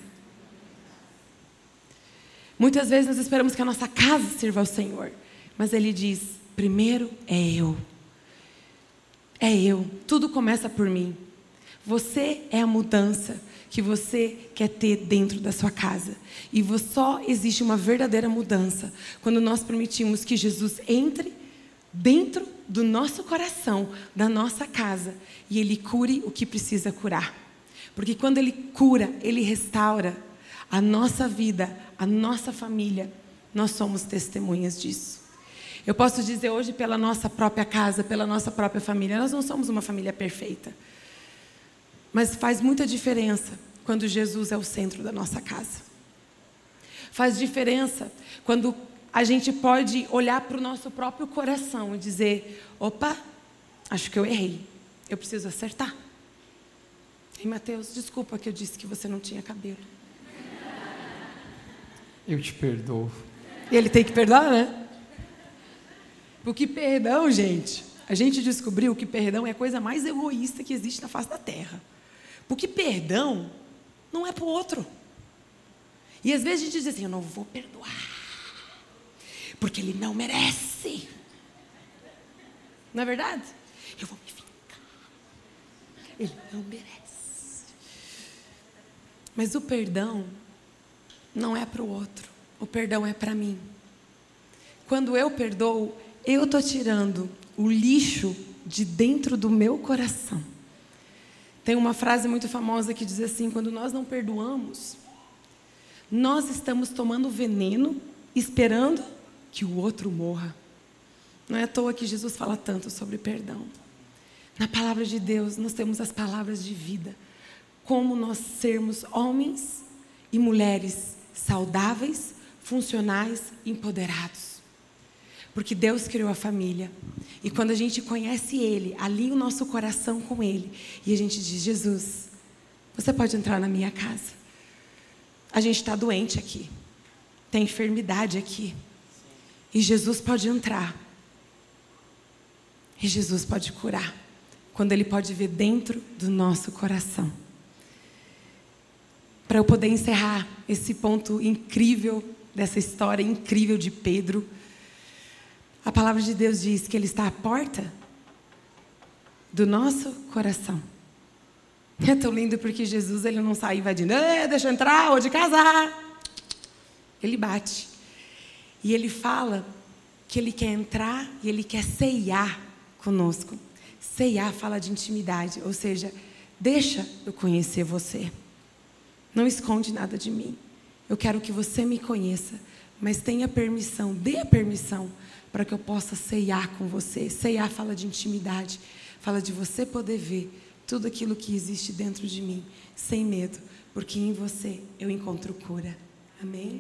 Muitas vezes nós esperamos que a nossa casa sirva ao Senhor. Mas Ele diz, primeiro é eu. É eu, tudo começa por mim. Você é a mudança que você quer ter dentro da sua casa. E só existe uma verdadeira mudança quando nós permitimos que Jesus entre dentro do nosso coração, da nossa casa, e Ele cure o que precisa curar. Porque quando Ele cura, Ele restaura a nossa vida, a nossa família. Nós somos testemunhas disso. Eu posso dizer hoje pela nossa própria casa, pela nossa própria família, nós não somos uma família perfeita. Mas faz muita diferença quando Jesus é o centro da nossa casa. Faz diferença quando a gente pode olhar para o nosso próprio coração e dizer, opa, acho que eu errei, eu preciso acertar. E Mateus, desculpa que eu disse que você não tinha cabelo. Eu te perdoo. Ele tem que perdoar, né? Porque perdão, gente, a gente descobriu que perdão é a coisa mais egoísta que existe na face da terra. Porque perdão não é para o outro. E às vezes a gente diz assim, eu não vou perdoar, porque ele não merece. Não é verdade? Eu vou me vingar. Ele não merece. Mas o perdão não é para o outro. O perdão é para mim. Quando eu perdoo, eu estou tirando o lixo de dentro do meu coração. Tem uma frase muito famosa que diz assim, quando nós não perdoamos, nós estamos tomando veneno, esperando que o outro morra. Não é à toa que Jesus fala tanto sobre perdão. Na palavra de Deus, nós temos as palavras de vida. Como nós sermos homens e mulheres saudáveis, funcionais, empoderados. Porque Deus criou a família. E quando a gente conhece Ele, alinha o nosso coração com Ele. E a gente diz, Jesus, você pode entrar na minha casa. A gente está doente aqui. Tem enfermidade aqui. E Jesus pode entrar. E Jesus pode curar. Quando Ele pode ver dentro do nosso coração. Para eu poder encerrar esse ponto incrível, dessa história incrível de Pedro. A palavra de Deus diz que Ele está à porta do nosso coração. É tão lindo porque Jesus ele não sai invadindo. Deixa eu entrar, ou de casar. Ele bate. E ele fala que ele quer entrar e ele quer ceiar conosco. Ceiar fala de intimidade, ou seja, deixa eu conhecer você. Não esconde nada de mim. Eu quero que você me conheça, mas tenha permissão, dê a permissão para que eu possa ceiar com você. Ceiar fala de intimidade, fala de você poder ver tudo aquilo que existe dentro de mim, sem medo, porque em você eu encontro cura. Amém?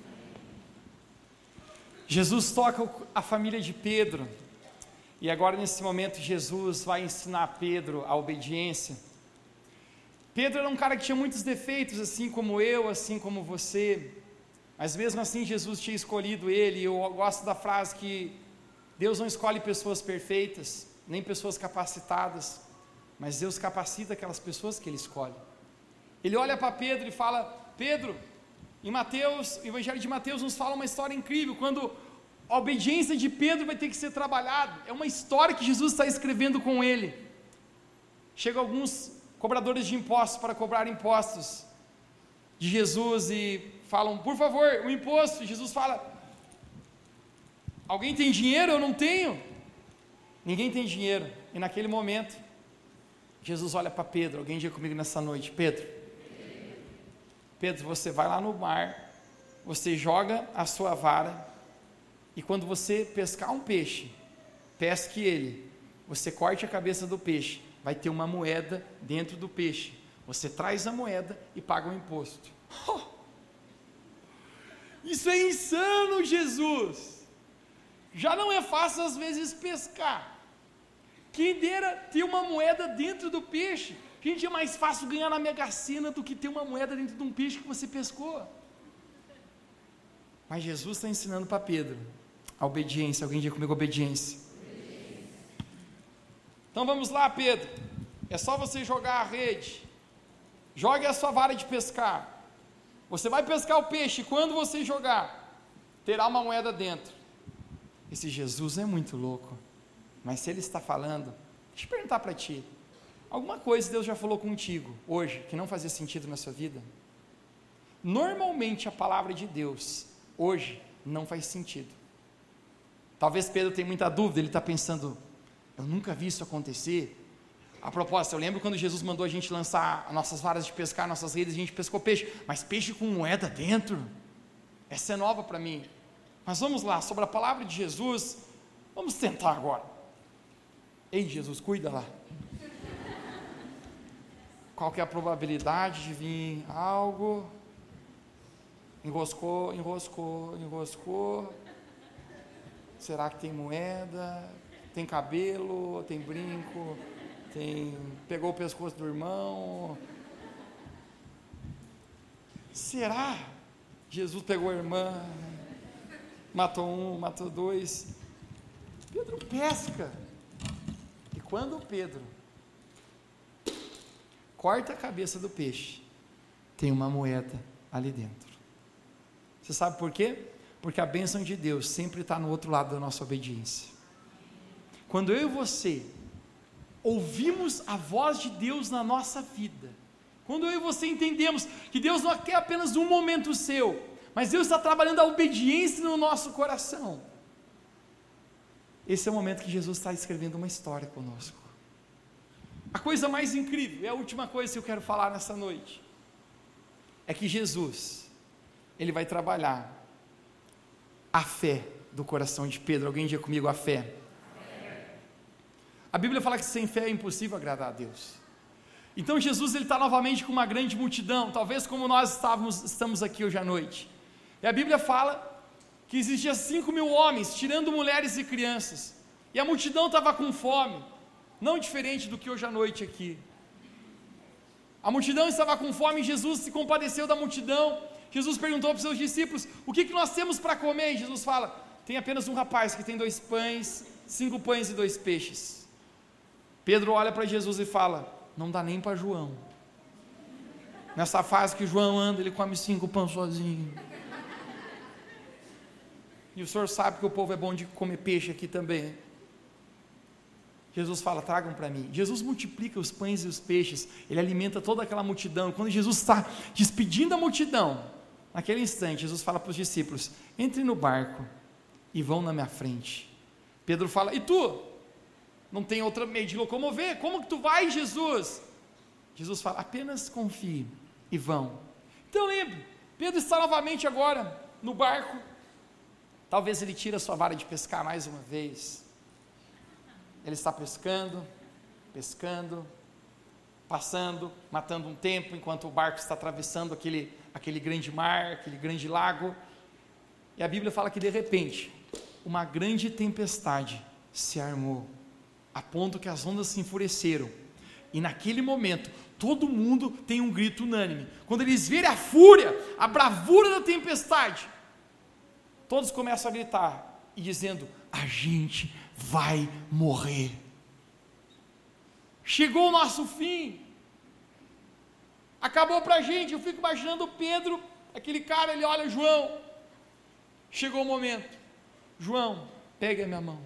Jesus toca a família de Pedro, e agora nesse momento Jesus vai ensinar Pedro a obediência. Pedro era um cara que tinha muitos defeitos, assim como eu, assim como você, mas mesmo assim Jesus tinha escolhido ele. Eu gosto da frase que Deus não escolhe pessoas perfeitas, nem pessoas capacitadas, mas Deus capacita aquelas pessoas que Ele escolhe. Ele olha para Pedro e fala: Pedro, em Mateus, o Evangelho de Mateus nos fala uma história incrível, quando a obediência de Pedro vai ter que ser trabalhada. É uma história que Jesus está escrevendo com ele. Chegam alguns cobradores de impostos para cobrar impostos de Jesus e falam: por favor, o imposto. Jesus fala: alguém tem dinheiro? Eu não tenho. Ninguém tem dinheiro. E naquele momento Jesus olha para Pedro. Alguém diga comigo nessa noite: Pedro, Pedro, você vai lá no mar, você joga a sua vara, e quando você pescar um peixe, pesque ele, você corte a cabeça do peixe, vai ter uma moeda dentro do peixe, você traz a moeda e paga o imposto. Oh, isso é insano, Jesus. Já não é fácil às vezes pescar, quem dera ter uma moeda dentro do peixe. Gente, é mais fácil ganhar na Mega Sena do que ter uma moeda dentro de um peixe que você pescou. Mas Jesus está ensinando para Pedro a obediência. Alguém diga comigo: obediência. obediência. Então vamos lá, Pedro, é só você jogar a rede, jogue a sua vara de pescar, você vai pescar o peixe, e quando você jogar, terá uma moeda dentro. Esse Jesus é muito louco, mas se ele está falando, deixa eu perguntar para ti, alguma coisa Deus já falou contigo hoje que não fazia sentido na sua vida? Normalmente a palavra de Deus hoje não faz sentido. Talvez Pedro tenha muita dúvida, ele está pensando: eu nunca vi isso acontecer. A propósito, eu lembro quando Jesus mandou a gente lançar nossas varas de pescar, nossas redes, a gente pescou peixe, mas peixe com moeda dentro? Essa é nova para mim. Mas vamos lá, sobre a palavra de Jesus, vamos tentar agora. Ei, Jesus, cuida lá. Qual que é a probabilidade de vir algo? Enroscou, enroscou, enroscou. Será que tem moeda? Tem cabelo? Tem brinco? Tem... Pegou o pescoço do irmão? Será? Jesus pegou a irmã, matou um, matou dois. Pedro pesca. E quando Pedro corta a cabeça do peixe, tem uma moeda ali dentro. Você sabe por quê? Porque a bênção de Deus sempre está no outro lado da nossa obediência. Quando eu e você ouvimos a voz de Deus na nossa vida, quando eu e você entendemos que Deus não quer apenas um momento seu, mas Deus está trabalhando a obediência no nosso coração, esse é o momento que Jesus está escrevendo uma história conosco. A coisa mais incrível, e a última coisa que eu quero falar nessa noite, é que Jesus, Ele vai trabalhar a fé do coração de Pedro. Alguém diga comigo: a fé. A Bíblia fala que sem fé é impossível agradar a Deus. Então Jesus, Ele está novamente com uma grande multidão, talvez como nós estávamos, estamos aqui hoje à noite, e a Bíblia fala que existia cinco mil homens, tirando mulheres e crianças, e a multidão estava com fome, não diferente do que hoje à noite aqui. A multidão estava com fome, e Jesus se compadeceu da multidão. Jesus perguntou para os seus discípulos: o que, que nós temos para comer? E Jesus fala: tem apenas um rapaz que tem dois pães, cinco pães e dois peixes. Pedro olha para Jesus e fala: não dá nem para João. Nessa fase que João anda, ele come cinco pães sozinho. E o senhor sabe que o povo é bom de comer peixe aqui também. Jesus fala: tragam para mim. Jesus multiplica os pães e os peixes, Ele alimenta toda aquela multidão. Quando Jesus está despedindo a multidão, Naquele instante, Jesus fala para os discípulos: entrem no barco e vão na minha frente. Pedro fala: e tu? Não tem outro meio de locomover, como que tu vai, Jesus? Jesus fala: apenas confie e vão. Então lembre, Pedro está novamente agora no barco. Talvez ele tire a sua vara de pescar mais uma vez. Ele está pescando, pescando, passando, matando um tempo, enquanto o barco está atravessando aquele, aquele grande mar, aquele grande lago. E a Bíblia fala que de repente, uma grande tempestade se armou, a ponto que as ondas se enfureceram. E naquele momento, todo mundo tem um grito unânime. Quando eles verem a fúria, a bravura da tempestade, todos começam a gritar e dizendo: a gente vai morrer. Chegou o nosso fim. Acabou para a gente. Eu fico imaginando Pedro, aquele cara, ele olha João. Chegou o momento. João, pega a minha mão.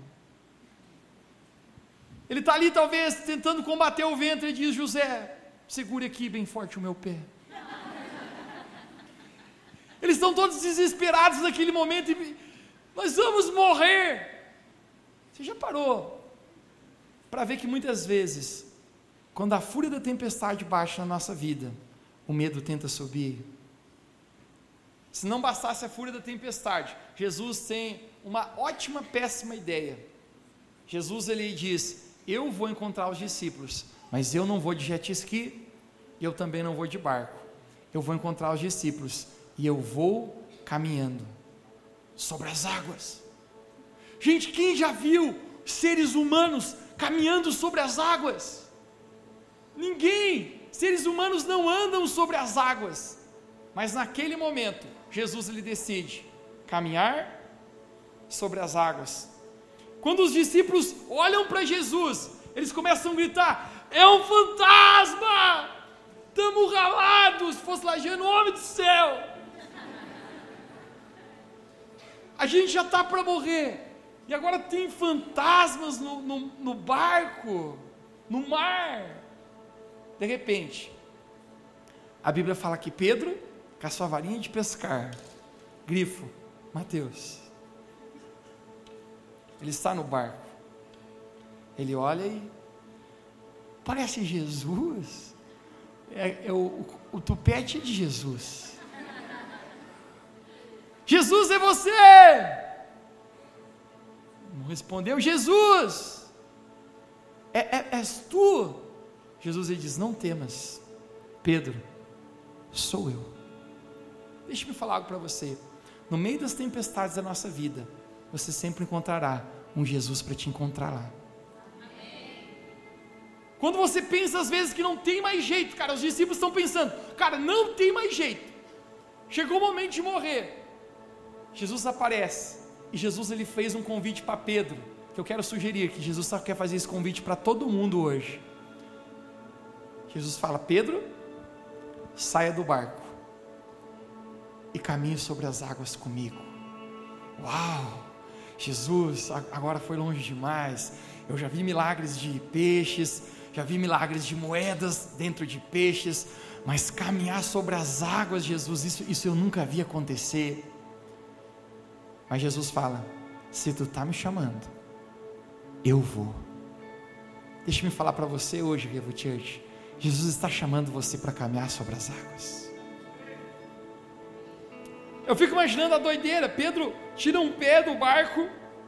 Ele está ali talvez tentando combater o vento. Ele diz: José, segure aqui bem forte o meu pé. Eles estão todos desesperados naquele momento e nós vamos morrer. Você já parou para ver que muitas vezes, quando a fúria da tempestade baixa na nossa vida, o medo tenta subir? Se não bastasse a fúria da tempestade, Jesus tem uma ótima, péssima ideia. Jesus, ele diz: eu vou encontrar os discípulos, mas eu não vou de jet ski, eu também não vou de barco. Eu vou encontrar os discípulos e eu vou caminhando sobre as águas. Gente, quem já viu seres humanos caminhando sobre as águas? Ninguém. Seres humanos não andam sobre as águas. Mas naquele momento, Jesus, ele decide caminhar sobre as águas. Quando os discípulos olham para Jesus, eles começam a gritar: é um fantasma, estamos ralados, Fosslagiano, homem do céu, a gente já está para morrer, e agora tem fantasmas no, no, no barco, no mar. De repente, a Bíblia fala que Pedro, com a sua varinha de pescar, grifo, Mateus, ele está no barco, ele olha e parece Jesus, é, é o, o, o tupete de Jesus. Jesus, é você! Não respondeu. Jesus, é, é, és tu? Jesus, ele diz: não temas, Pedro, sou eu. Deixa-me falar algo para você. No meio das tempestades da nossa vida, você sempre encontrará um Jesus para te encontrar lá. Quando você pensa às vezes que não tem mais jeito, cara, os discípulos estão pensando: cara, não tem mais jeito, chegou o momento de morrer. Jesus aparece, e Jesus, ele fez um convite para Pedro, que eu quero sugerir, que Jesus só quer fazer esse convite para todo mundo hoje. Jesus fala: Pedro, saia do barco e caminhe sobre as águas comigo. Uau, Jesus, agora foi longe demais. Eu já vi milagres de peixes, já vi milagres de moedas dentro de peixes, mas caminhar sobre as águas, Jesus, isso, isso eu nunca vi acontecer. Mas Jesus fala: se tu está me chamando, eu vou. Deixa-me falar para você hoje, Revo Church, Jesus está chamando você para caminhar sobre as águas. Eu fico imaginando a doideira. Pedro tira um pé do barco,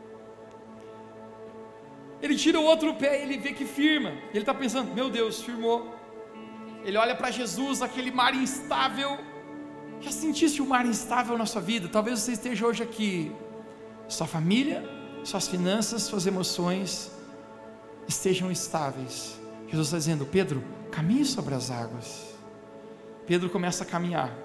ele tira o outro pé, ele vê que firma, ele está pensando: meu Deus, firmou. Ele olha para Jesus, aquele mar instável. Já sentiste o mar instável na sua vida? Talvez você esteja hoje aqui, sua família, suas finanças, suas emoções estejam estáveis. Jesus está dizendo: Pedro, caminhe sobre as águas. Pedro começa a caminhar.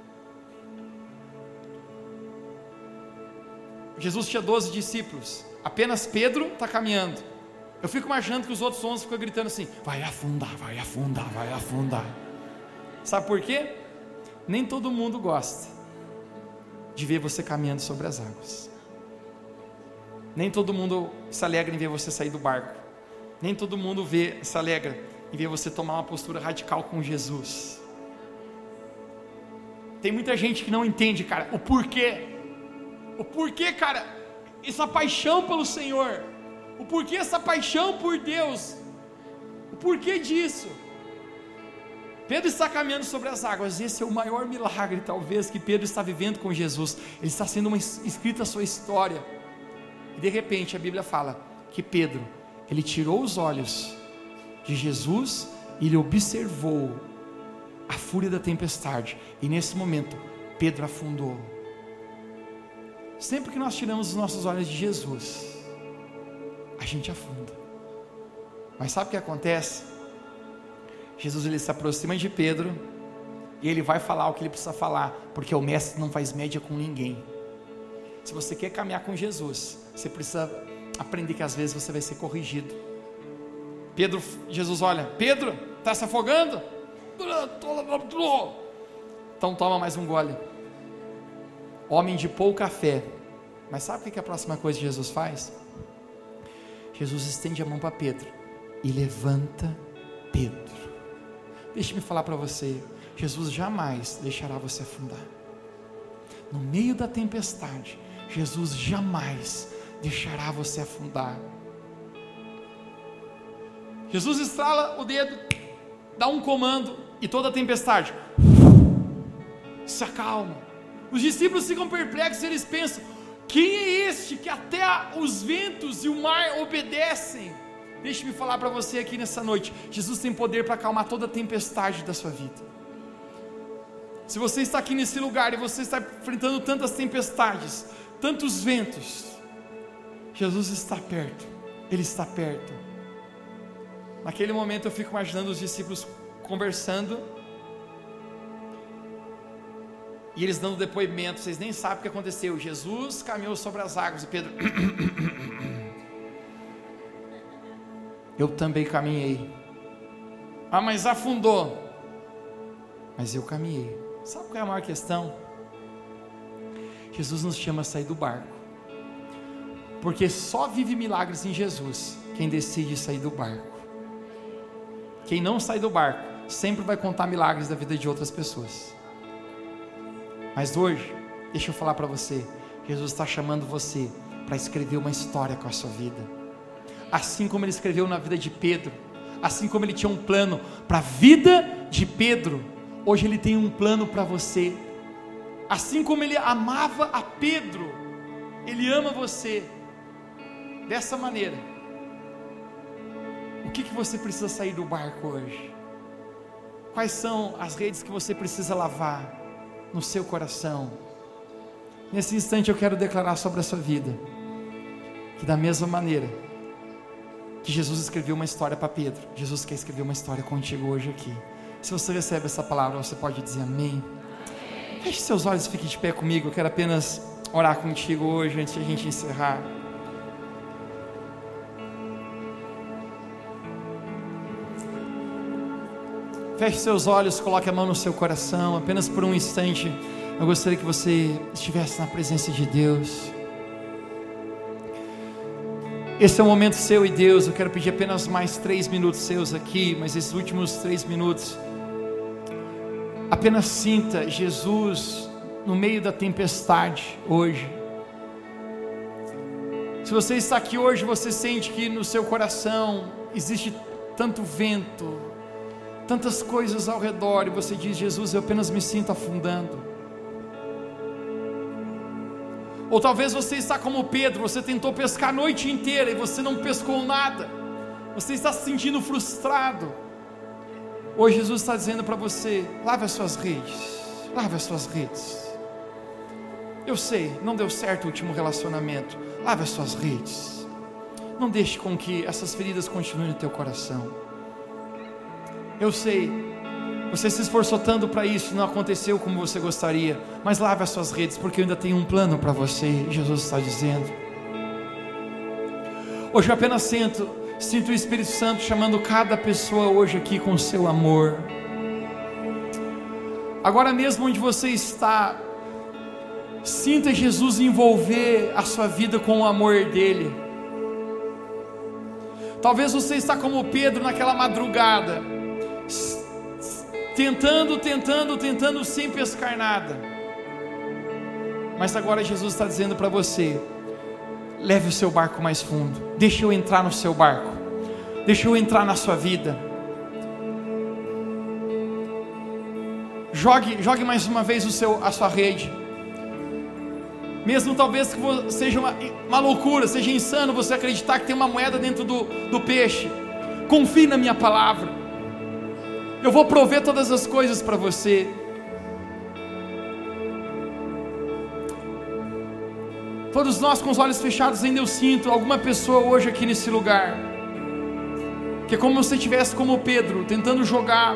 Jesus tinha doze discípulos, apenas Pedro está caminhando. Eu fico imaginando que os outros onze ficam gritando assim: vai afundar, vai afundar, vai afundar. Sabe por quê? Nem todo mundo gosta de ver você caminhando sobre as águas. Nem todo mundo se alegra em ver você sair do barco. Nem todo mundo vê, se alegra em ver você tomar uma postura radical com Jesus. Tem muita gente que não entende, cara, o porquê. O porquê, cara, essa paixão pelo Senhor. O porquê essa paixão por Deus. O porquê disso. Pedro está caminhando sobre as águas. Esse é o maior milagre, talvez, que Pedro está vivendo com Jesus. Ele está sendo uma, escrita a sua história. E de repente a Bíblia fala que Pedro, ele tirou os olhos de Jesus e ele observou a fúria da tempestade. E nesse momento Pedro afundou. Sempre que nós tiramos os nossos olhos de Jesus, a gente afunda. Mas sabe o que acontece? Jesus, ele se aproxima de Pedro e ele vai falar o que ele precisa falar, porque o mestre não faz média com ninguém. Se você quer caminhar com Jesus, você precisa aprender que às vezes você vai ser corrigido. Pedro, Jesus olha, Pedro, está se afogando? Então toma mais um gole. Homem de pouca fé. Mas sabe o que é a próxima coisa que Jesus faz? Jesus estende a mão para Pedro e levanta Pedro. Deixe-me falar para você, Jesus jamais deixará você afundar. No meio da tempestade, Jesus jamais deixará você afundar. Jesus estrala o dedo, dá um comando e toda a tempestade se acalma. Os discípulos ficam perplexos, eles pensam, quem é este que até os ventos e o mar obedecem? Deixe-me falar para você aqui nessa noite, Jesus tem poder para acalmar toda a tempestade da sua vida. Se você está aqui nesse lugar e você está enfrentando tantas tempestades, tantos ventos, Jesus está perto, Ele está perto. Naquele momento eu fico imaginando os discípulos conversando, e eles dando depoimento, vocês nem sabem o que aconteceu. Jesus caminhou sobre as águas e Pedro, eu também caminhei. Ah, mas afundou. Mas eu caminhei. Sabe qual é a maior questão? Jesus nos chama a sair do barco, porque só vive milagres em Jesus quem decide sair do barco. Quem não sai do barco sempre vai contar milagres da vida de outras pessoas. Mas hoje, deixa eu falar para você, Jesus está chamando você para escrever uma história com a sua vida. Assim como Ele escreveu na vida de Pedro, assim como Ele tinha um plano para a vida de Pedro, hoje Ele tem um plano para você. Assim como Ele amava a Pedro, Ele ama você dessa maneira. O que, que você precisa sair do barco hoje? Quais são as redes que você precisa lavar no seu coração? Nesse instante eu quero declarar sobre a sua vida, que da mesma maneira que Jesus escreveu uma história para Pedro, Jesus quer escrever uma história contigo hoje aqui. Se você recebe essa palavra, você pode dizer amém. Feche seus olhos e fique de pé comigo. Eu quero apenas orar contigo hoje, antes de a gente encerrar. Feche seus olhos, coloque a mão no seu coração. Apenas por um instante eu gostaria que você estivesse na presença de Deus. Esse é o momento seu e Deus. Eu quero pedir apenas mais três minutos seus aqui, mas esses últimos três minutos, apenas sinta Jesus no meio da tempestade hoje. Se você está aqui hoje, você sente que no seu coração existe tanto vento, tantas coisas ao redor, e você diz: Jesus, eu apenas me sinto afundando. Ou talvez você está como Pedro, você tentou pescar a noite inteira e você não pescou nada, você está se sentindo frustrado. Hoje Jesus está dizendo para você: lave as suas redes, lave as suas redes. Eu sei, não deu certo o último relacionamento, lave as suas redes. Não deixe com que essas feridas continuem no teu coração. Eu sei, você se esforçou tanto para isso, não aconteceu como você gostaria, mas lave as suas redes, porque eu ainda tenho um plano para você. Jesus está dizendo. Hoje eu apenas sinto, sinto o Espírito Santo chamando cada pessoa hoje aqui com o seu amor. Agora mesmo onde você está, sinta Jesus envolver a sua vida com o amor dele. Talvez você está como Pedro naquela madrugada, tentando, tentando, tentando sem pescar nada. Mas agora Jesus está dizendo para você: leve o seu barco mais fundo, deixa eu entrar no seu barco, deixa eu entrar na sua vida. Jogue, jogue mais uma vez o seu, a sua rede. Mesmo talvez que seja uma, uma loucura, seja insano você acreditar que tem uma moeda dentro do, do peixe. Confie na minha palavra. Eu vou prover todas as coisas para você. Todos nós com os olhos fechados, ainda eu sinto alguma pessoa hoje aqui nesse lugar, que é como se você estivesse como Pedro, tentando jogar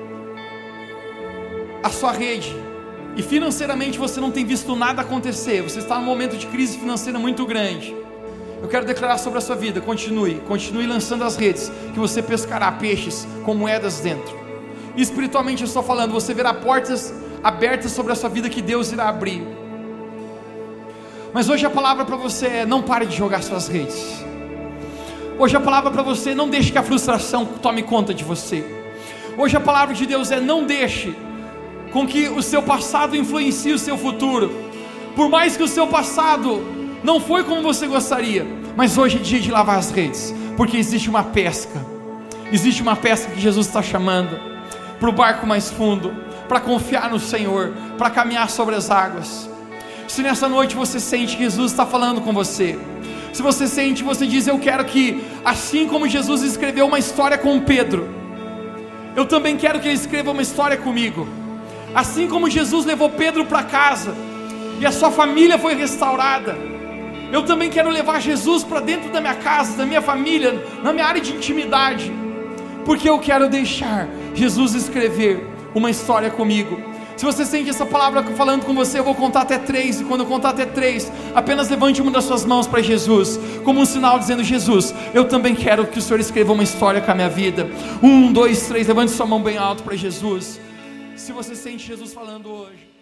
a sua rede, e financeiramente você não tem visto nada acontecer, você está num momento de crise financeira muito grande. Eu quero declarar sobre a sua vida: continue, continue lançando as redes, que você pescará peixes com moedas dentro. E espiritualmente eu estou falando, você verá portas abertas sobre a sua vida que Deus irá abrir. Mas hoje a palavra para você é: não pare de jogar suas redes. Hoje a palavra para você: não deixe que a frustração tome conta de você. Hoje a palavra de Deus é: não deixe com que o seu passado influencie o seu futuro. Por mais que o seu passado não foi como você gostaria, mas hoje é dia de lavar as redes, porque existe uma pesca, existe uma pesca que Jesus está chamando para o barco mais fundo, para confiar no Senhor, para caminhar sobre as águas. Se nessa noite você sente que Jesus está falando com você, se você sente, você diz: eu quero que, assim como Jesus escreveu uma história com Pedro, eu também quero que Ele escreva uma história comigo. Assim como Jesus levou Pedro para casa e a sua família foi restaurada, eu também quero levar Jesus para dentro da minha casa, da minha família, na minha área de intimidade, porque eu quero deixar Jesus escrever uma história comigo. Se você sente essa palavra falando com você, eu vou contar até três, e quando eu contar até três, apenas levante uma das suas mãos para Jesus, como um sinal dizendo: Jesus, eu também quero que o Senhor escreva uma história com a minha vida. Um, dois, três, levante sua mão bem alto para Jesus. Se você sente Jesus falando hoje.